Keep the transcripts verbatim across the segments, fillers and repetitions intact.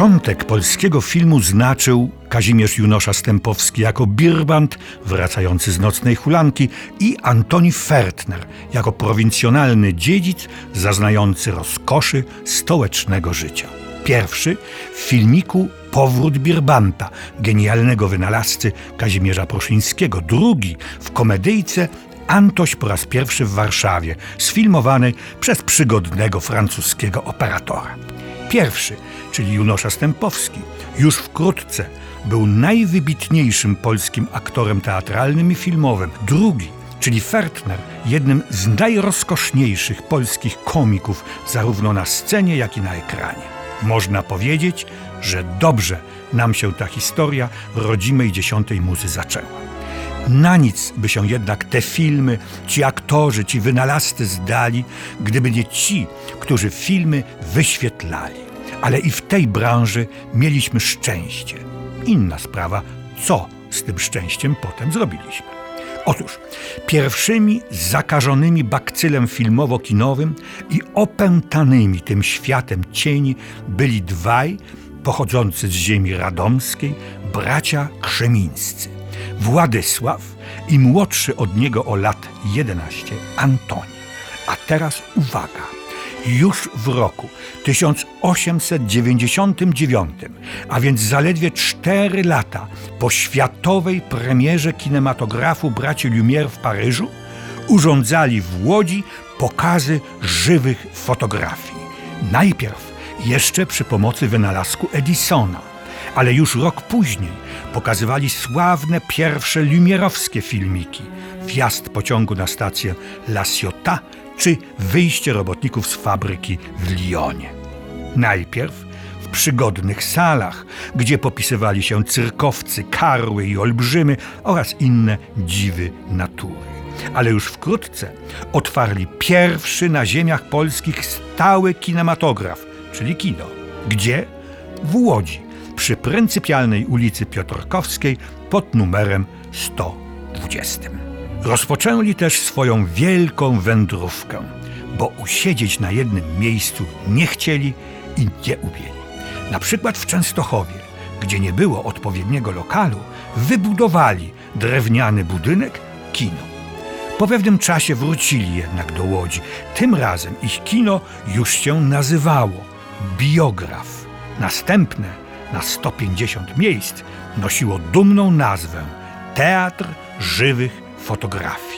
Początek polskiego filmu znaczył Kazimierz Junosza-Stępowski jako birbant wracający z nocnej hulanki i Antoni Fertner jako prowincjonalny dziedzic zaznający rozkoszy stołecznego życia. Pierwszy w filmiku Powrót birbanta, genialnego wynalazcy Kazimierza Pruszyńskiego. Drugi w komedyjce Antoś po raz pierwszy w Warszawie, sfilmowanej przez przygodnego francuskiego operatora. Pierwszy, czyli Junosza-Stępowski, już wkrótce był najwybitniejszym polskim aktorem teatralnym i filmowym. Drugi, czyli Fertner, jednym z najrozkoszniejszych polskich komików zarówno na scenie, jak i na ekranie. Można powiedzieć, że dobrze nam się ta historia rodzimej dziesiątej muzy zaczęła. Na nic by się jednak te filmy, ci aktorzy, ci wynalazcy zdali, gdyby nie ci, którzy filmy wyświetlali. Ale i w tej branży mieliśmy szczęście. Inna sprawa, co z tym szczęściem potem zrobiliśmy. Otóż pierwszymi zakażonymi bakcylem filmowo-kinowym i opętanymi tym światem cieni byli dwaj, pochodzący z ziemi radomskiej, bracia krzemińscy. Władysław i młodszy od niego o lat jedenaście Antoni. A teraz uwaga, już w roku tysiąc osiemset dziewięćdziesiątym dziewiątym, a więc zaledwie cztery lata po światowej premierze kinematografu braci Lumière w Paryżu, urządzali w Łodzi pokazy żywych fotografii. Najpierw jeszcze przy pomocy wynalazku Edisona, ale już rok później pokazywali sławne pierwsze lumierowskie filmiki. Wjazd pociągu na stację La Ciotat czy wyjście robotników z fabryki w Lyonie. Najpierw w przygodnych salach, gdzie popisywali się cyrkowcy, karły i olbrzymy oraz inne dziwy natury. Ale już wkrótce otwarli pierwszy na ziemiach polskich stały kinematograf, czyli kino. Gdzie? W Łodzi, przy pryncypialnej ulicy Piotrkowskiej pod numerem sto dwudziestym. Rozpoczęli też swoją wielką wędrówkę, bo usiedzieć na jednym miejscu nie chcieli i nie umieli. Na przykład w Częstochowie, gdzie nie było odpowiedniego lokalu, wybudowali drewniany budynek, kino. Po pewnym czasie wrócili jednak do Łodzi. Tym razem ich kino już się nazywało Biograf. Następne na sto pięćdziesiąt miejsc nosiło dumną nazwę Teatr Żywych Fotografii.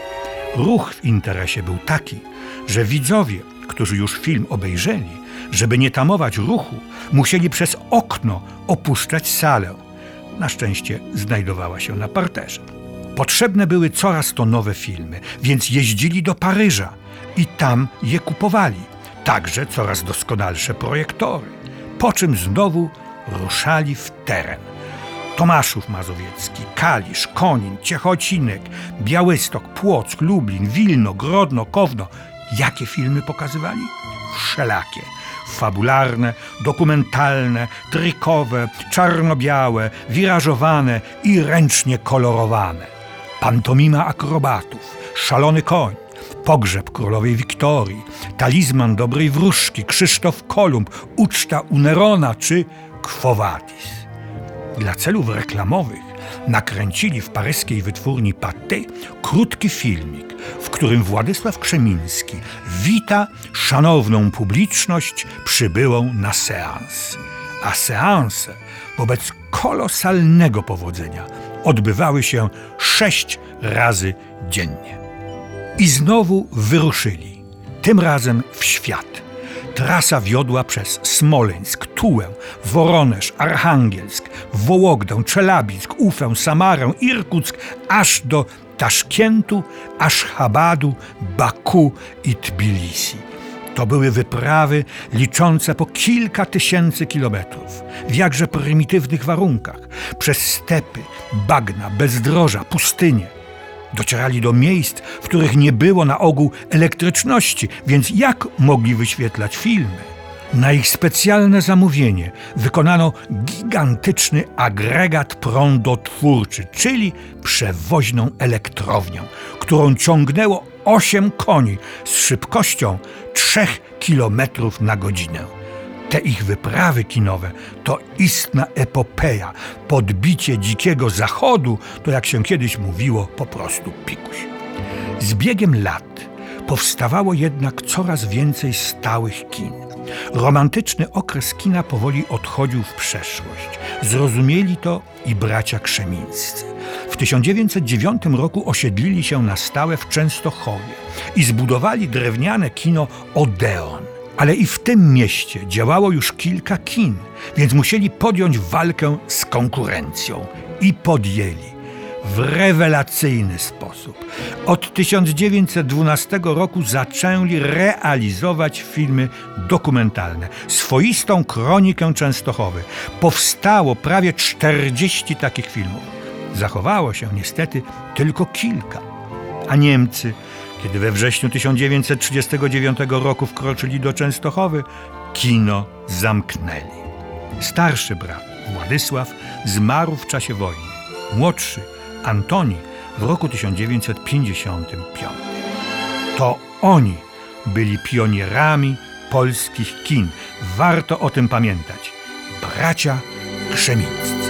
Ruch w interesie był taki, że widzowie, którzy już film obejrzeli, żeby nie tamować ruchu, musieli przez okno opuszczać salę. Na szczęście znajdowała się na parterze. Potrzebne były coraz to nowe filmy, więc jeździli do Paryża i tam je kupowali. Także coraz doskonalsze projektory. Po czym znowu ruszali w teren. Tomaszów Mazowiecki, Kalisz, Konin, Ciechocinek, Białystok, Płock, Lublin, Wilno, Grodno, Kowno. Jakie filmy pokazywali? Wszelakie. Fabularne, dokumentalne, trykowe, czarno-białe, wirażowane i ręcznie kolorowane. Pantomima akrobatów, Szalony koń, Pogrzeb królowej Wiktorii, Talizman dobrej wróżki, Krzysztof Kolumb, Uczta u Nerona czy Quo Vadis. Dla celów reklamowych nakręcili w paryskiej wytwórni Pathé krótki filmik, w którym Władysław Krzemiński wita szanowną publiczność przybyłą na seans. A seanse wobec kolosalnego powodzenia odbywały się sześć razy dziennie. I znowu wyruszyli, tym razem w świat. Trasa wiodła przez Smoleńsk, Tułę, Woroneż, Archangielsk, Wołogdę, Czelabisk, Ufę, Samarę, Irkuck, aż do Taszkentu, Aszchabadu, Baku i Tbilisi. To były wyprawy liczące po kilka tysięcy kilometrów, w jakże prymitywnych warunkach, przez stepy, bagna, bezdroża, pustynie. Docierali do miejsc, w których nie było na ogół elektryczności, więc jak mogli wyświetlać filmy? Na ich specjalne zamówienie wykonano gigantyczny agregat prądotwórczy, czyli przewoźną elektrownię, którą ciągnęło osiem koni z szybkością trzech kilometrów na godzinę. Te ich wyprawy kinowe to istna epopeja. Podbicie dzikiego zachodu to, jak się kiedyś mówiło, po prostu pikuś. Z biegiem lat powstawało jednak coraz więcej stałych kin. Romantyczny okres kina powoli odchodził w przeszłość. Zrozumieli to i bracia Krzemińscy. W tysiąc dziewięćset dziewiątym roku osiedlili się na stałe w Częstochowie i zbudowali drewniane kino Odeon. Ale i w tym mieście działało już kilka kin, więc musieli podjąć walkę z konkurencją. I podjęli. W rewelacyjny sposób. Od tysiąc dziewięćset dwunastego roku zaczęli realizować filmy dokumentalne, swoistą kronikę Częstochowy. Powstało prawie czterdzieści takich filmów. Zachowało się niestety tylko kilka. A Niemcy, kiedy we wrześniu tysiąc dziewięćset trzydziestego dziewiątego roku wkroczyli do Częstochowy, kino zamknęli. Starszy brat, Władysław, zmarł w czasie wojny. Młodszy, Antoni, w roku tysiąc dziewięćset pięćdziesiątym piątym. To oni byli pionierami polskich kin. Warto o tym pamiętać. Bracia Krzemińscy.